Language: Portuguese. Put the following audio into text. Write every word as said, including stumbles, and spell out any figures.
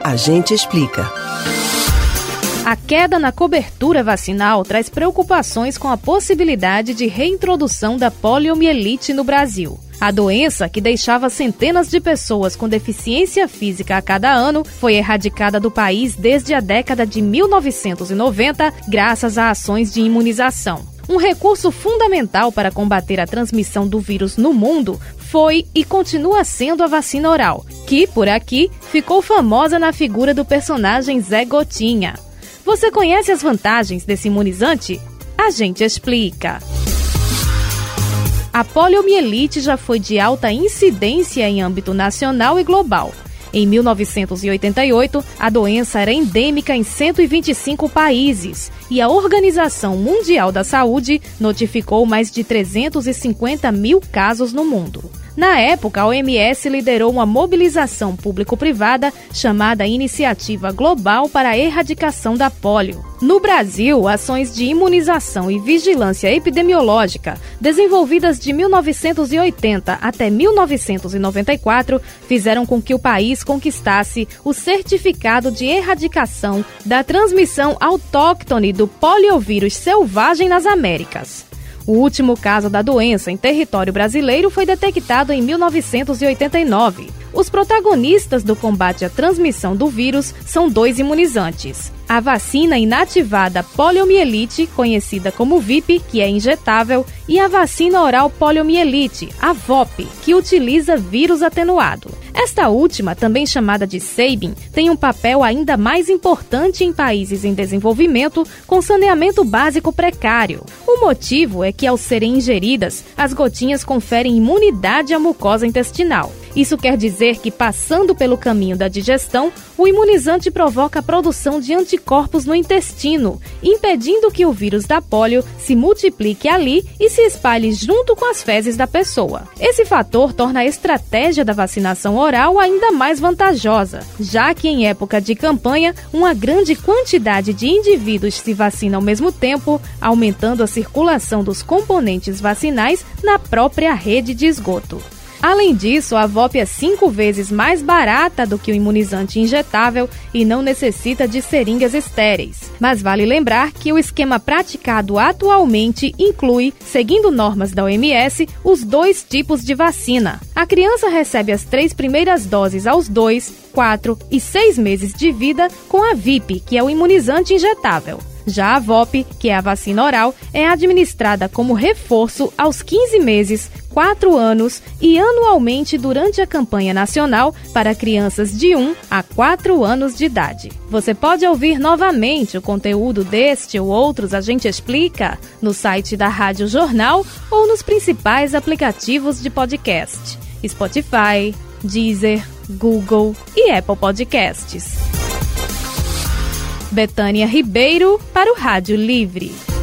A gente explica. A queda na cobertura vacinal traz preocupações com a possibilidade de reintrodução da poliomielite no Brasil. A doença, que deixava centenas de pessoas com deficiência física a cada ano, foi erradicada do país desde a década de mil novecentos e noventa, graças a ações de imunização. Um recurso fundamental para combater a transmissão do vírus no mundo foi e continua sendo a vacina oral, que, por aqui, ficou famosa na figura do personagem Zé Gotinha. Você conhece as vantagens desse imunizante? A gente explica. A poliomielite já foi de alta incidência em âmbito nacional e global. Em mil novecentos e oitenta e oito, a doença era endêmica em cento e vinte e cinco países e a Organização Mundial da Saúde notificou mais de trezentos e cinquenta mil casos no mundo. Na época, a O M S liderou uma mobilização público-privada chamada Iniciativa Global para a Erradicação da Polio. No Brasil, ações de imunização e vigilância epidemiológica, desenvolvidas de mil novecentos e oitenta até mil novecentos e noventa e quatro, fizeram com que o país conquistasse o certificado de erradicação da transmissão autóctone do poliovírus selvagem nas Américas. O último caso da doença em território brasileiro foi detectado em mil novecentos e oitenta e nove. Os protagonistas do combate à transmissão do vírus são dois imunizantes. A vacina inativada poliomielite, conhecida como V I P, que é injetável, e a vacina oral poliomielite, a V O P, que utiliza vírus atenuado. Esta última, também chamada de Sabin, tem um papel ainda mais importante em países em desenvolvimento com saneamento básico precário. O motivo é que, ao serem ingeridas, as gotinhas conferem imunidade à mucosa intestinal. Isso quer dizer que, passando pelo caminho da digestão, o imunizante provoca a produção de anticorpos no intestino, impedindo que o vírus da polio se multiplique ali e se espalhe junto com as fezes da pessoa. Esse fator torna a estratégia da vacinação oral ainda mais vantajosa, já que em época de campanha, uma grande quantidade de indivíduos se vacina ao mesmo tempo, aumentando a circulação dos componentes vacinais na própria rede de esgoto. Além disso, a V O P é cinco vezes mais barata do que o imunizante injetável e não necessita de seringas estéreis. Mas vale lembrar que o esquema praticado atualmente inclui, seguindo normas da O M S, os dois tipos de vacina. A criança recebe as três primeiras doses aos dois, quatro e seis meses de vida com a V I P, que é o imunizante injetável. Já a V O P, que é a vacina oral, é administrada como reforço aos quinze meses, quatro anos e anualmente durante a campanha nacional para crianças de um a quatro anos de idade. Você pode ouvir novamente o conteúdo deste ou outros A Gente Explica no site da Rádio Jornal ou nos principais aplicativos de podcast: Spotify, Deezer, Google e Apple Podcasts. Betânia Ribeiro para o Rádio Livre.